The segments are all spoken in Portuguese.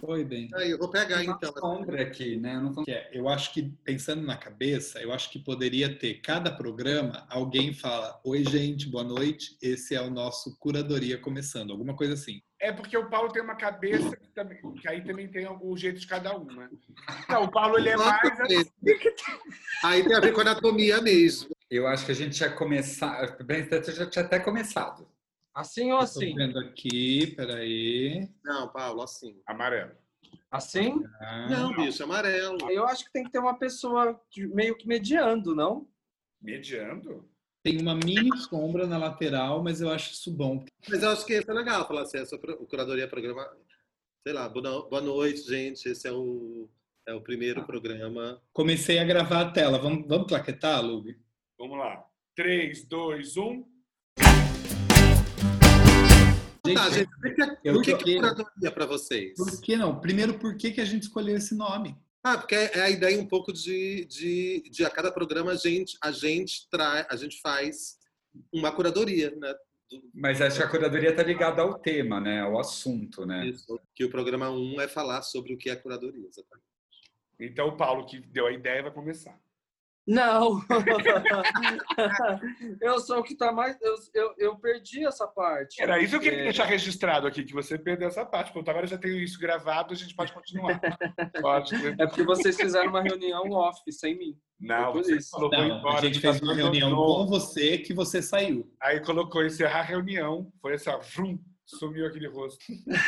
Oi, bem. Aí, eu vou pegar Tem uma então. sombra aqui, né? Eu não tô- Eu acho que, pensando na cabeça, eu acho que poderia ter, cada programa, alguém fala: Oi, gente, boa noite, esse é o nosso Curadoria Começando, alguma coisa assim. É porque o Paulo tem uma cabeça que aí também tem o jeito de cada um, né? Não, o Paulo ele é mais assim. Aí tem a ver com anatomia mesmo. Eu acho que a gente ia começar. Bem, você já tinha até começado. Assim ou Estou assim? vendo aqui, peraí. Não, Paulo, assim. Amarelo. Assim? Não, bicho, amarelo. Eu acho que tem que ter uma pessoa meio que mediando, não? Mediando? Tem uma mini sombra na lateral, mas eu acho isso bom. Mas eu acho que isso é legal, falar assim, o Curadoria Programa, sei lá, boa noite, gente, esse é o primeiro programa. Comecei a gravar a tela. Vamos claquetar, Lug? Vamos lá. 3, 2, 1. Tá, gente, por que Curadoria para vocês? Por que não? Primeiro, por que a gente escolheu esse nome? Porque é a ideia um pouco de a cada programa a gente faz uma curadoria, né? Mas acho que a curadoria está ligada ao tema, né? Ao assunto, né? Isso, que o programa 1 é falar sobre o que é curadoria, exatamente. Então o Paulo, que deu a ideia, vai começar. Não! Eu sou o que tá mais. Eu perdi essa parte. Era isso que eu queria deixar registrado aqui, que você perdeu essa parte. Pronto, agora eu já tenho isso gravado, a gente pode continuar. Pode. É porque vocês fizeram uma reunião off, sem mim. Não, por você isso. falou, vou embora. A gente fez uma reunião com você que você saiu. Aí colocou encerrar a reunião, foi assim, ó, vrum, sumiu aquele rosto.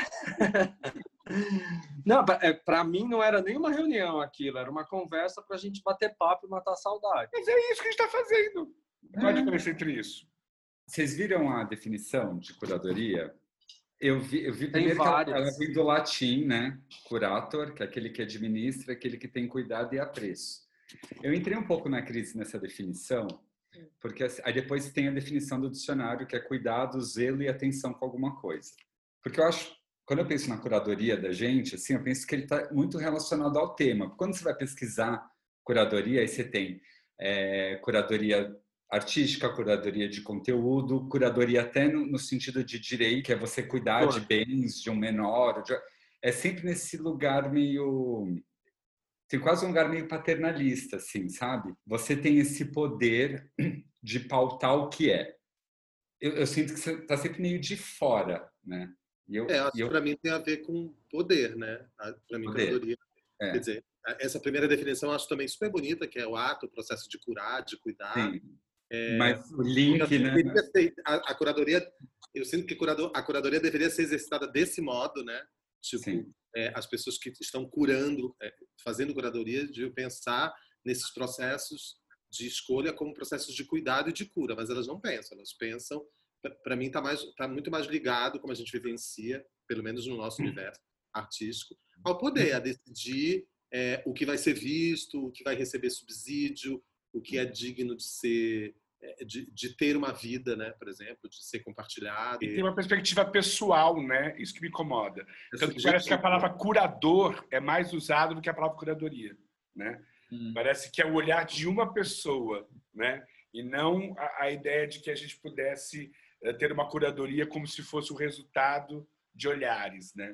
Não, para mim não era nem uma reunião aquilo, era uma conversa para a gente bater papo e matar a saudade. Mas é isso que a gente está fazendo. Qual a diferença entre isso? Vocês viram a definição de curadoria? Eu vi Tem primeiro que ela várias. vem do latim, né? Curator, que é aquele que administra, aquele que tem cuidado e apreço. Eu entrei um pouco na crise nessa definição, porque aí depois tem a definição do dicionário, que é cuidado, zelo e atenção com alguma coisa. Porque eu acho, quando eu penso na curadoria da gente, assim, eu penso que ele está muito relacionado ao tema. Quando você vai pesquisar curadoria, aí você tem curadoria artística, curadoria de conteúdo, curadoria até no sentido de direito, que é você cuidar de bens de um menor. É sempre nesse lugar meio... Tem quase um lugar meio paternalista, assim, sabe? Você tem esse poder de pautar o que é. Eu sinto que você está sempre meio de fora, né? Acho que para mim tem a ver com poder, né? Para mim, curadoria. Quer dizer, essa primeira definição eu acho também super bonita, que é o ato, o processo de curar, de cuidar. Sim. Mas o link, né? A curadoria, eu sinto que a curadoria deveria ser exercitada desse modo, né? Tipo, as pessoas que estão curando, fazendo curadoria, deviam pensar nesses processos de escolha como processos de cuidado e de cura, mas elas não pensam, elas pensam, para mim tá muito mais ligado, como a gente vivencia, pelo menos no nosso universo artístico, ao poder, a decidir o que vai ser visto, o que vai receber subsídio, o que é digno de ser de ter uma vida, né, por exemplo, de ser compartilhado. E tem uma perspectiva pessoal, né? Isso que me incomoda. Tanto que parece que a palavra curador é mais usada do que a palavra curadoria, né? Parece que é o olhar de uma pessoa, né? E não a ideia de que a gente pudesse ter uma curadoria como se fosse o resultado de olhares, né?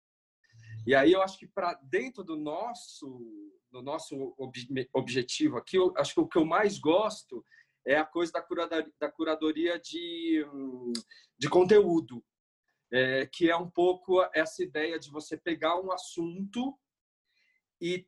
E aí eu acho que para dentro do nosso objetivo aqui, eu acho que o que eu mais gosto é a coisa da curadoria de conteúdo, que é um pouco essa ideia de você pegar um assunto e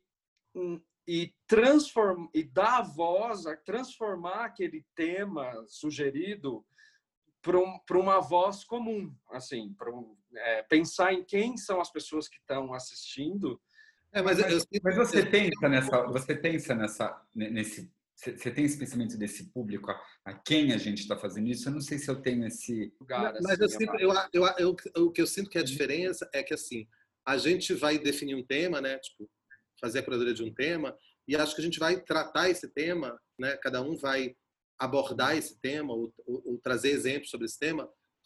dar a voz, transformar aquele tema sugerido para uma voz comum, assim, pensar em quem são as pessoas que estão assistindo. Mas você pensa nesse... Você tem esse pensamento desse público a quem a gente está fazendo isso? Eu não sei se eu tenho esse lugar. Mas o que eu sinto que a diferença é que, assim, a gente vai definir um tema, né? Tipo, fazer a curadoria de um tema, e acho que a gente vai tratar esse tema, né? Cada um vai abordar esse tema ou trazer exemplos sobre esse tema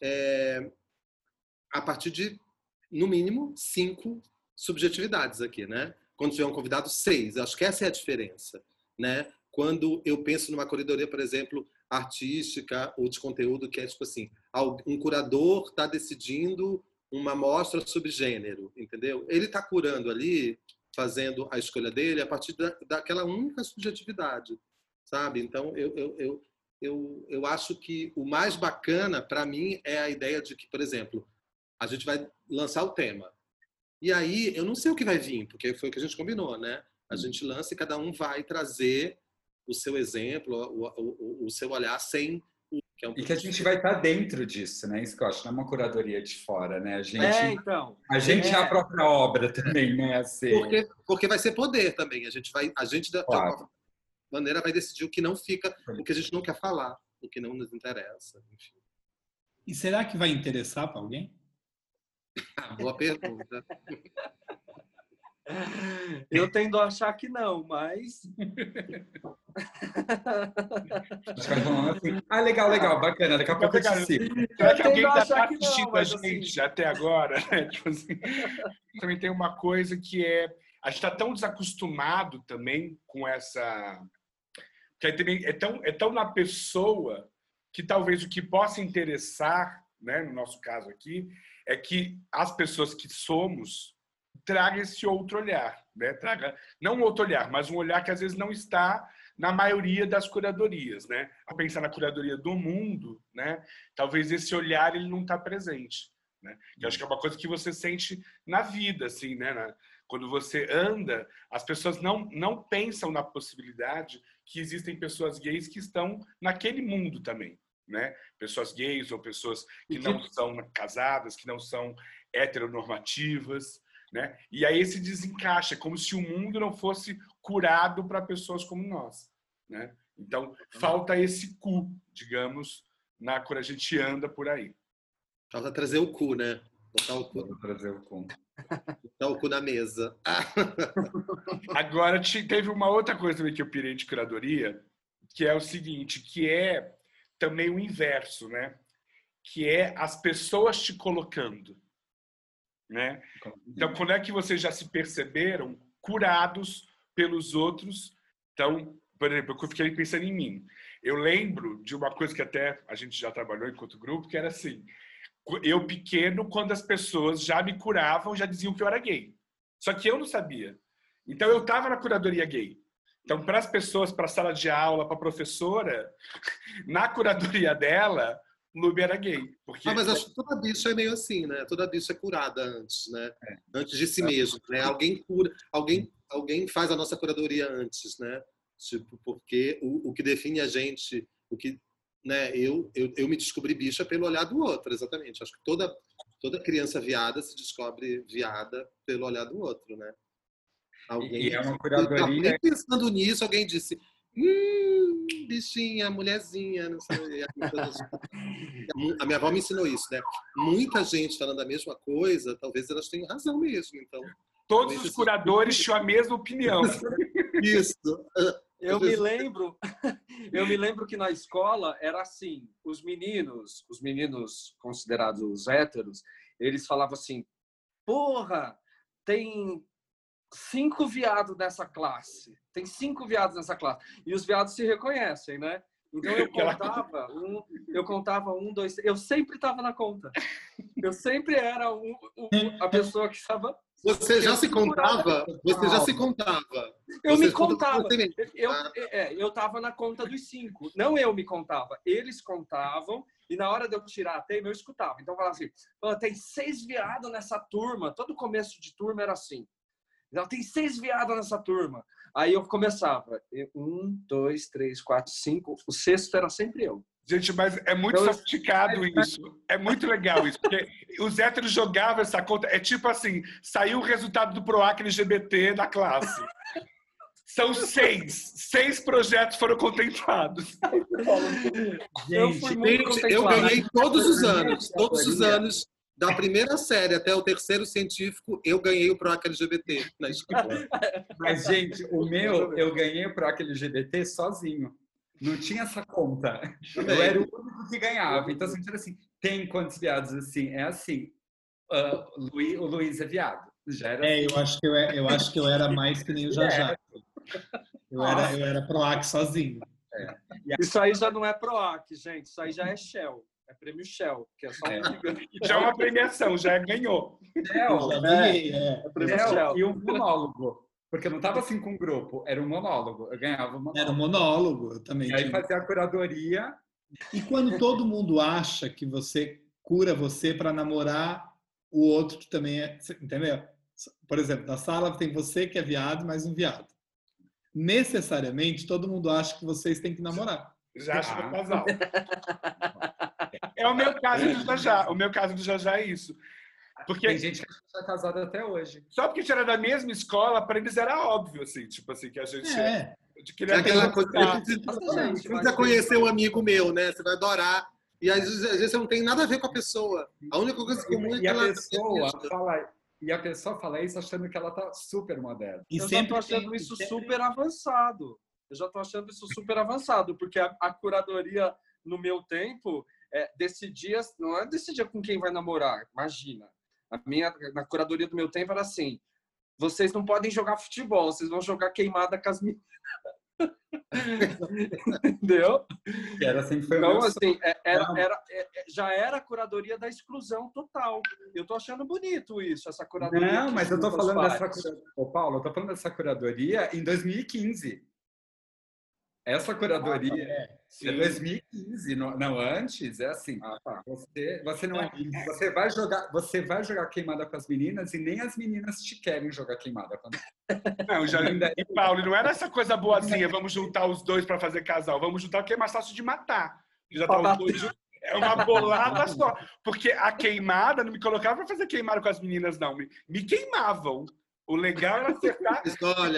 a partir de, no mínimo, 5 subjetividades aqui, né? Quando tiver um convidado, 6. Acho que essa é a diferença, né? Quando eu penso numa curadoria, por exemplo, artística ou de conteúdo, que é tipo assim, um curador está decidindo uma mostra sobre gênero, entendeu? Ele está curando ali, fazendo a escolha dele a partir daquela única subjetividade, sabe? Então, eu acho que o mais bacana, para mim, é a ideia de que, por exemplo, a gente vai lançar o tema. E aí, eu não sei o que vai vir, porque foi o que a gente combinou, né? A gente lança e cada um vai trazer o seu exemplo, o seu olhar sem... E que a gente vai estar dentro disso, né? Isso que eu acho, não é uma curadoria de fora, né? A gente é a própria obra também, né? Assim. Porque vai ser poder também. A gente de alguma maneira vai decidir o que não fica, o que a gente não quer falar, o que não nos interessa. Enfim. E será que vai interessar para alguém? Boa pergunta. Eu tendo a achar que não, mas... Legal, bacana. Daqui a pouco eu te sigo. Será que alguém está assistindo a gente até agora? Tipo assim, também tem uma coisa que é... A gente está tão desacostumado também com essa... Que também é tão na pessoa que talvez o que possa interessar, né, no nosso caso aqui, é que as pessoas que somos traga esse outro olhar, né? Traga não um outro olhar, mas um olhar que às vezes não está na maioria das curadorias, né? Ao pensar na curadoria do mundo, né? Talvez esse olhar ele não está presente, né? Eu acho que é uma coisa que você sente na vida, assim, né? Quando você anda, as pessoas não pensam na possibilidade que existem pessoas gays que estão naquele mundo também, né? Pessoas gays ou pessoas que não são casadas, que não são heteronormativas, né? E aí esse desencaixa, como se o mundo não fosse curado para pessoas como nós, né? Então, falta esse cu, digamos, quando a gente anda por aí. Falta trazer o cu, né? Botar o cu. Trazer o cu. Botar o cu na mesa. Agora, teve uma outra coisa também que eu pirei de curadoria, que é o seguinte, que é também o inverso, né? Que é as pessoas te colocando. Né? Então, quando é que vocês já se perceberam curados pelos outros? Então, por exemplo, eu fiquei pensando em mim. Eu lembro de uma coisa que até a gente já trabalhou enquanto grupo, que era assim, eu pequeno, quando as pessoas já me curavam, já diziam que eu era gay. Só que eu não sabia. Então, eu estava na curadoria gay. Então, para as pessoas, para a sala de aula, para a professora, na curadoria dela... Lube era gay. Porque... mas acho que toda bicha é meio assim, né? Toda bicha é curada antes, né? Antes de si mesmo, né? Alguém cura, alguém faz a nossa curadoria antes, né? Tipo, porque o que define a gente, o que, né? Eu me descobri bicha pelo olhar do outro, exatamente. Acho que toda criança viada se descobre viada pelo olhar do outro, né? E é uma curadoria... Pensando nisso, alguém disse... bichinha, mulherzinha, não sei. A minha avó me ensinou isso, né? Muita gente falando a mesma coisa, talvez elas tenham razão mesmo. Então, todos os curadores tinham a mesma opinião. Isso. Eu me lembro que na escola era assim, os meninos considerados héteros, eles falavam assim, porra, tem 5 viados nessa classe. Tem 5 viados nessa classe. E os viados se reconhecem, né? Então eu contava 1, 2, 3. Eu sempre estava na conta. Eu sempre era a pessoa que estava... Você já se contava? Você já se contava? Eu me contava. Eu estava na conta dos 5. Não eu me contava. Eles contavam e na hora de eu tirar a tema, eu escutava. Então eu falava assim, tem 6 viados nessa turma. Todo começo de turma era assim. Então, tem 6 viados nessa turma. Aí eu começava. 1, 2, 3, 4, 5. O 6º era sempre eu. Gente, mas é muito sofisticado isso. É muito legal isso. Porque os héteros jogavam essa conta. É tipo assim, saiu o resultado do PROAC LGBT da classe. São 6. 6 projetos foram contemplados. Eu ganhei todos os anos. Todos os anos. Da primeira série até o 3º científico, eu ganhei o PROAC LGBT na escola. Mas, gente, eu ganhei o PROAC LGBT sozinho. Não tinha essa conta. Eu era o único que ganhava. Então, assim, assim, tem quantos viados assim? É assim, o Luiz é viado. Já era assim. eu acho que eu era mais que nem o Jajá. Eu era PROAC sozinho. Isso aí já não é PROAC, gente. Isso aí já é Shell. É prêmio Shell, que é só já é uma premiação, já ganhou. E um monólogo. Porque eu não estava assim com um grupo, era um monólogo. Eu ganhava um monólogo. Era um monólogo, eu também. E aí fazia a curadoria. E quando todo mundo acha que você cura você para namorar o outro que também é, entendeu? Por exemplo, na sala tem você que é viado, mais um viado. Necessariamente, todo mundo acha que vocês têm que namorar. Já acho que é casal. É o meu caso do Jajá. O meu caso do Jajá é isso. Porque tem gente que está casada até hoje. Só porque a gente era da mesma escola, para eles era óbvio, assim, tipo assim, que a gente de querer aquela coisa. Você vai conhecer um amigo meu, né? Você vai adorar. E às vezes você não tem nada a ver com a pessoa. A única coisa comum é que a pessoa fala isso achando que ela tá super moderna. Eu já tô achando isso super avançado. Porque a curadoria no meu tempo decidia, não é decidir com quem vai namorar, imagina. Na curadoria do meu tempo era assim: vocês não podem jogar futebol, vocês vão jogar queimada com as meninas. Entendeu? Era assim que foi. Então, assim, já era a curadoria da exclusão total. Eu tô achando bonito isso, essa curadoria. Não, mas eu tô falando dessa curadoria. Ô, Paulo, eu tô falando dessa curadoria em 2015. Essa curadoria é 2015, não antes, é assim. Você não é, você vai jogar queimada com as meninas e nem as meninas te querem jogar queimada com não, e Paulo, não era essa coisa boazinha, vamos juntar os dois para fazer casal, vamos juntar o que é mais fácil de matar. Já tá os dois juntos. É uma bolada só. Porque a queimada não me colocava para fazer queimada com as meninas, não. Me queimavam. O legal era acertar. Olha,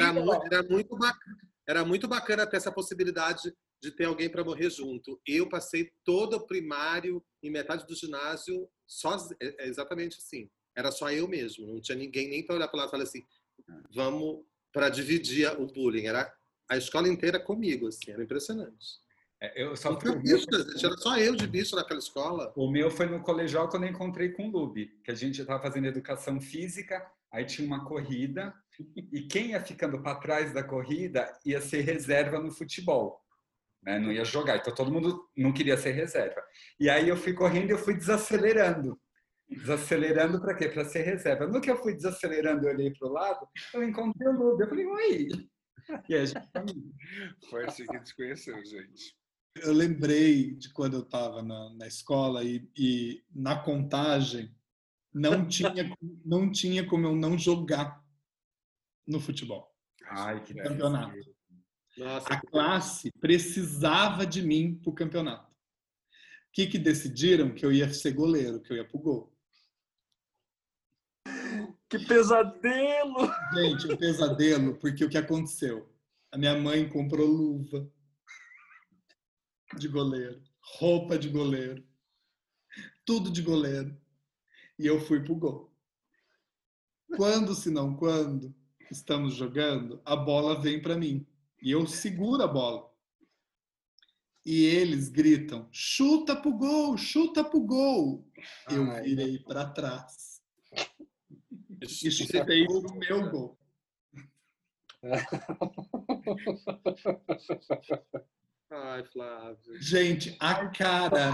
era muito bacana ter essa possibilidade de ter alguém para morrer junto. Eu passei todo o primário e metade do ginásio sozinho, exatamente assim. Era só eu mesmo, não tinha ninguém nem para olhar para lá e falar assim, vamos para dividir o bullying. Era a escola inteira comigo, assim, era impressionante. Eu só era só eu de bicho naquela escola. O meu foi no colegial quando eu encontrei com o Lube, que a gente estava fazendo educação física, aí tinha uma corrida, e quem ia ficando para trás da corrida ia ser reserva no futebol, né? Não ia jogar, então todo mundo não queria ser reserva. E aí eu fui correndo e eu fui desacelerando. Desacelerando para quê? Para ser reserva. No que eu fui desacelerando, eu olhei para o lado, eu encontrei o Lube, eu falei, oi! E a gente... Foi assim que a gente conheceu, gente. Eu lembrei de quando eu estava na escola e na contagem não tinha como eu não jogar no futebol. Ai, que campeonato. Nossa, a classe precisava de mim para o campeonato. O que decidiram? Que eu ia ser goleiro, que eu ia pro gol. Que pesadelo! Gente, um pesadelo, porque o que aconteceu? A minha mãe comprou luva de goleiro, roupa de goleiro, tudo de goleiro. E eu fui pro gol. Quando estamos jogando, a bola vem para mim. E eu seguro a bola. E eles gritam, chuta pro gol, chuta pro gol. Eu virei para trás. E chutei pro meu gol. Ai, Flávio. Gente, a cara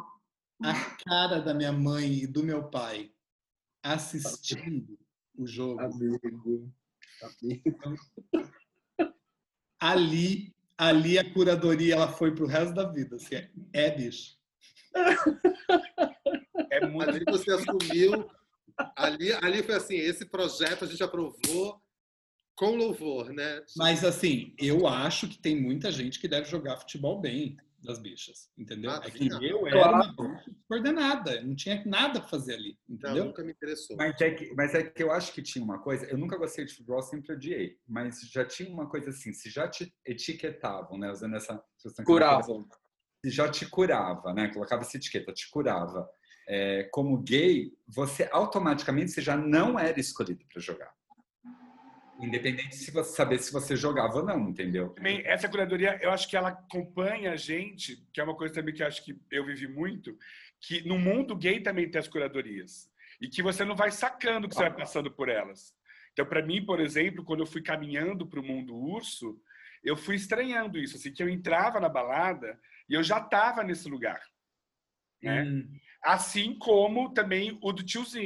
da minha mãe e do meu pai assistindo o jogo. Amigo. Ali a curadoria ela foi pro resto da vida. Assim, bicho. Ali você assumiu. Ali foi assim, esse projeto a gente aprovou com louvor, né? Mas assim, eu acho que tem muita gente que deve jogar futebol bem das bichas, entendeu? É que eu era uma bicha coordenada, não tinha nada para fazer ali, entendeu? Não, nunca me interessou. Mas é que eu acho que tinha uma coisa, eu nunca gostei de futebol, sempre odiei, mas já tinha uma coisa assim, se já te etiquetavam, né, usando essa... Curavam. Se já te curava, né, colocava essa etiqueta, te curava. Como gay, você automaticamente você já não era escolhido para jogar. Independente se você saber se você jogava ou não, entendeu? Também, essa curadoria, eu acho que ela acompanha a gente, que é uma coisa também que eu acho que eu vivi muito, que no mundo gay também tem as curadorias. E que você não vai sacando que você vai passando por elas. Então, para mim, por exemplo, quando eu fui caminhando para o mundo urso, eu fui estranhando isso, assim, que eu entrava na balada e eu já estava nesse lugar. Né? Assim como também o do tiozinho.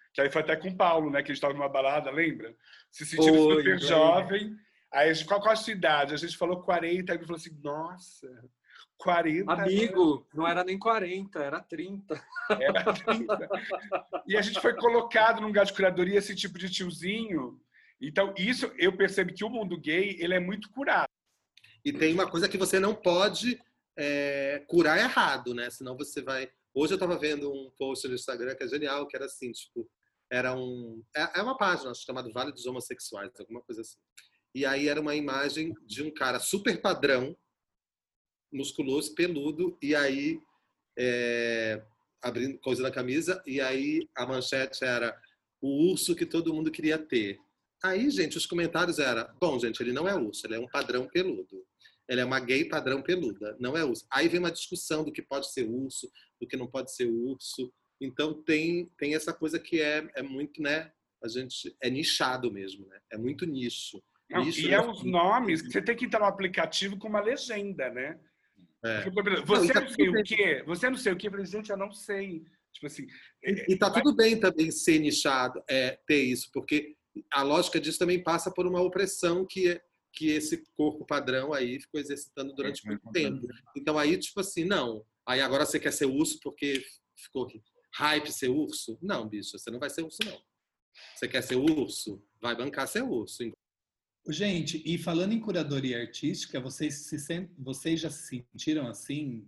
Que aí foi até com o Paulo, né? Que a gente estava numa balada, lembra? Se sentindo super jovem. Aí a gente, qual a sua idade? A gente falou 40, aí ele falou assim, nossa, 40 Amigo, não era nem 40, era 30. Era 30. E a gente foi colocado num lugar de curadoria, esse tipo de tiozinho. Então, isso eu percebo que o mundo gay, ele é muito curado. E tem uma coisa que você não pode curar errado, né? Senão você vai... Hoje eu estava vendo um post no Instagram que é genial, que era assim, tipo... Era uma página chamada Vale dos Homossexuais, alguma coisa assim. E aí era uma imagem de um cara super padrão, musculoso, peludo, e aí abrindo coisa na camisa, e aí a manchete era o urso que todo mundo queria ter. Aí, gente, os comentários eram, bom, gente, ele não é urso, ele é um padrão peludo. Ele é uma gay padrão peluda, não é urso. Aí vem uma discussão do que pode ser urso, do que não pode ser urso. Então tem essa coisa que é muito, né? A gente é nichado mesmo, né? É muito nicho. Não, e os nomes que você tem que entrar no aplicativo com uma legenda, né? Você não sei o quê? Você não sei o quê? Eu falei, gente, eu não sei. Tipo assim. E tá tudo bem também ser nichado, ter isso, porque a lógica disso também passa por uma opressão que esse corpo padrão aí ficou exercitando durante muito tempo. Então aí, tipo assim, não. Aí agora você quer ser urso porque ficou hype ser urso? Não, bicho, você não vai ser urso, não. Você quer ser urso? Vai bancar ser urso. Gente, e falando em curadoria artística, vocês já se sentiram assim,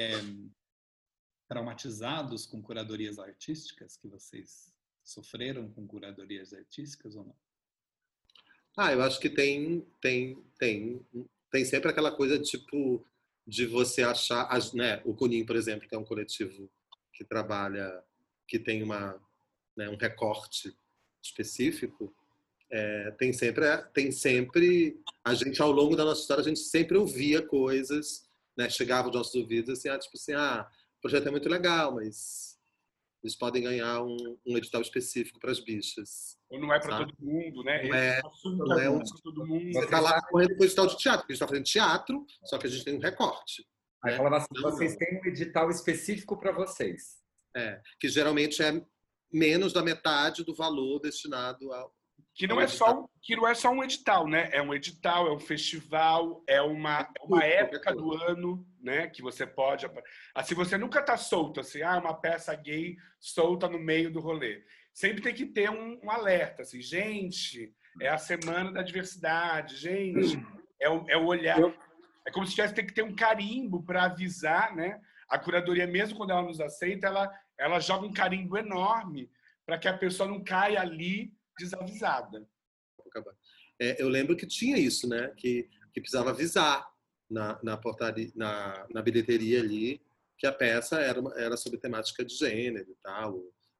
traumatizados com curadorias artísticas? Que vocês sofreram com curadorias artísticas ou não? Eu acho que tem sempre aquela coisa, tipo, de você achar, né, o Cunim, por exemplo, que é um coletivo que trabalha, que tem um recorte específico, tem sempre a gente, ao longo da nossa história, a gente sempre ouvia coisas, né, chegava aos nossos ouvidos assim, tipo assim, o projeto é muito legal, mas eles podem ganhar um edital específico para as bichas. Ou não é para todo mundo, né? Não é todo mundo. Você está lá correndo com o edital de teatro, porque a gente está fazendo teatro, só que a gente tem um recorte. Aí falava assim, vocês têm um edital específico para vocês. Que geralmente é menos da metade do valor destinado ao... Que não é só um edital, né? É um edital, é um festival, é uma época do ano, né? Que você pode... Assim, você nunca está solto, assim, uma peça gay solta no meio do rolê. Sempre tem que ter um alerta, assim, gente, é a semana da diversidade, gente, é o olhar... É como se tivesse que ter um carimbo para avisar, né? A curadoria, mesmo quando ela nos aceita, ela joga um carimbo enorme para que a pessoa não caia ali desavisada. Eu lembro que tinha isso, né? Que precisava avisar na portaria, na bilheteria ali, que a peça era sobre temática de gênero e tal.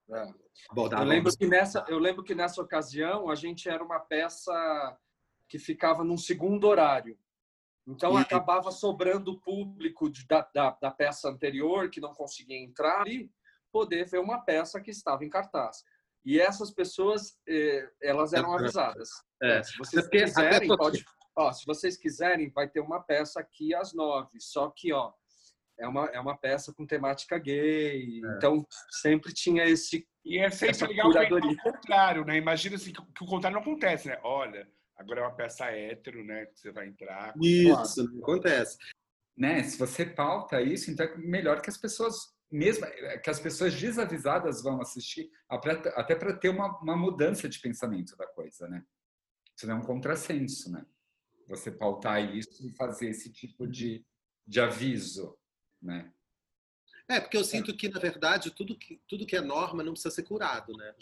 Eu lembro que nessa ocasião a gente era uma peça que ficava num segundo horário. Então acabava sobrando o público da peça anterior que não conseguia entrar e poder ver uma peça que estava em cartaz. E essas pessoas, elas eram avisadas. Se vocês quiserem, se vocês quiserem, vai ter uma peça aqui às 9. Só que, é uma peça com temática gay. Então, sempre tinha esse... E é sempre legal o contrário, né? Imagina assim, que o contrário não acontece, né? Olha, agora é uma peça hétero, né? Que você vai entrar. Isso, não acontece. Né? Se você pauta isso, então é melhor que as pessoas... Mesmo que as pessoas desavisadas vão assistir, até para ter uma mudança de pensamento da coisa, né? Isso não é um contrassenso, né? Você pautar isso e fazer esse tipo de aviso, né? Porque eu sinto que, na verdade, tudo que é norma não precisa ser curado, né?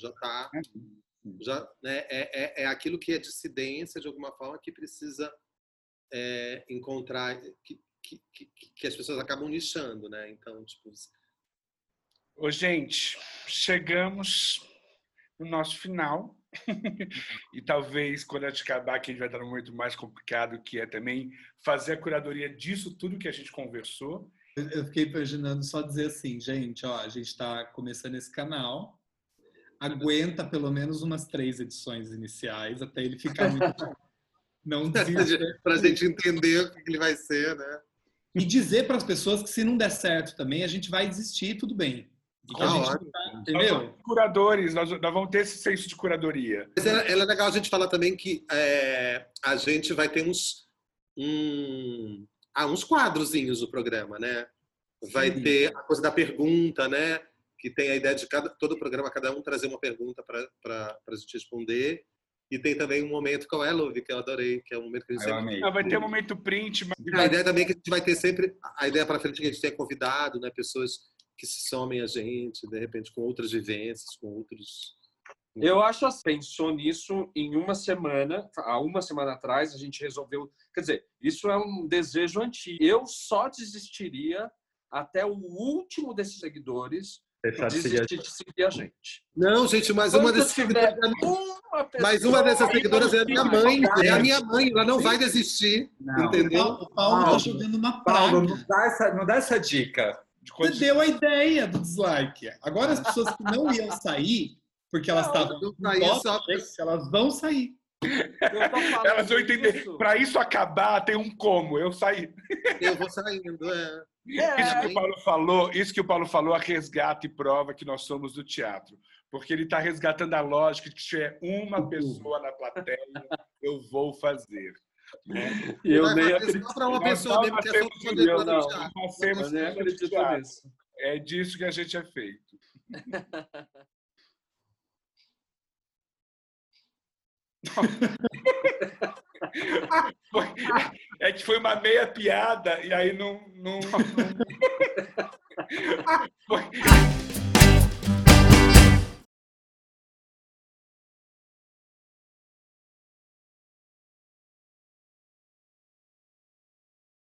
É aquilo que é dissidência, de alguma forma, que precisa encontrar, que as pessoas acabam nichando, né? Então, tipo... Gente, chegamos no nosso final e talvez quando a gente acabar aqui a gente vai estar num momento mais complicado, que é também fazer a curadoria disso tudo que a gente conversou. Eu fiquei imaginando só dizer assim, gente, a gente está começando esse canal, aguenta pelo menos umas 3 edições iniciais até ele ficar muito... Não desista. Para a gente entender o que ele vai ser, né? E dizer para as pessoas que se não der certo também, a gente vai desistir, tudo bem. E que a gente entendeu? Curadores, nós vamos ter esse senso de curadoria. Mas é legal a gente falar também que a gente vai ter uns quadrozinhos no programa, né? Vai ter a coisa da pergunta, né? Que tem a ideia de todo o programa, cada um trazer uma pergunta para a gente responder. E tem também um momento com a Love, que eu adorei, que é um momento que a gente sempre... Vai ter um momento print. Mas... A ideia também é que a gente vai ter sempre... A ideia para frente é que a gente tenha convidado, né? Pessoas que se somem a gente, de repente, com outras vivências, com outros... Eu acho assim, pensou nisso em uma semana. Há uma semana atrás, a gente resolveu... Quer dizer, isso é um desejo antigo. Eu só desistiria até o último desses seguidores desistir de seguir a gente. Não, gente, mas uma dessas seguidoras... Mas uma dessas seguidoras é a minha mãe. É a minha mãe, ela não vai desistir. Não. Entendeu? O Paulo tá jogando uma praga. Paulo, não dá essa dica. Você deu a ideia do dislike. Agora as pessoas que não iam sair, porque elas estavam elas vão sair. Elas vão entender. Para isso acabar, tem um como. Eu saí. Eu vou saindo, Isso que o Paulo falou, a resgata e prova que nós somos do teatro. Porque ele está resgatando a lógica de que se tiver uma pessoa na plateia, eu vou fazer. Né? Eu nem acredito. Para uma pessoa mesmo que é só poder eu nem acredito nisso. É disso que a gente é feito. É que foi uma meia piada e aí não...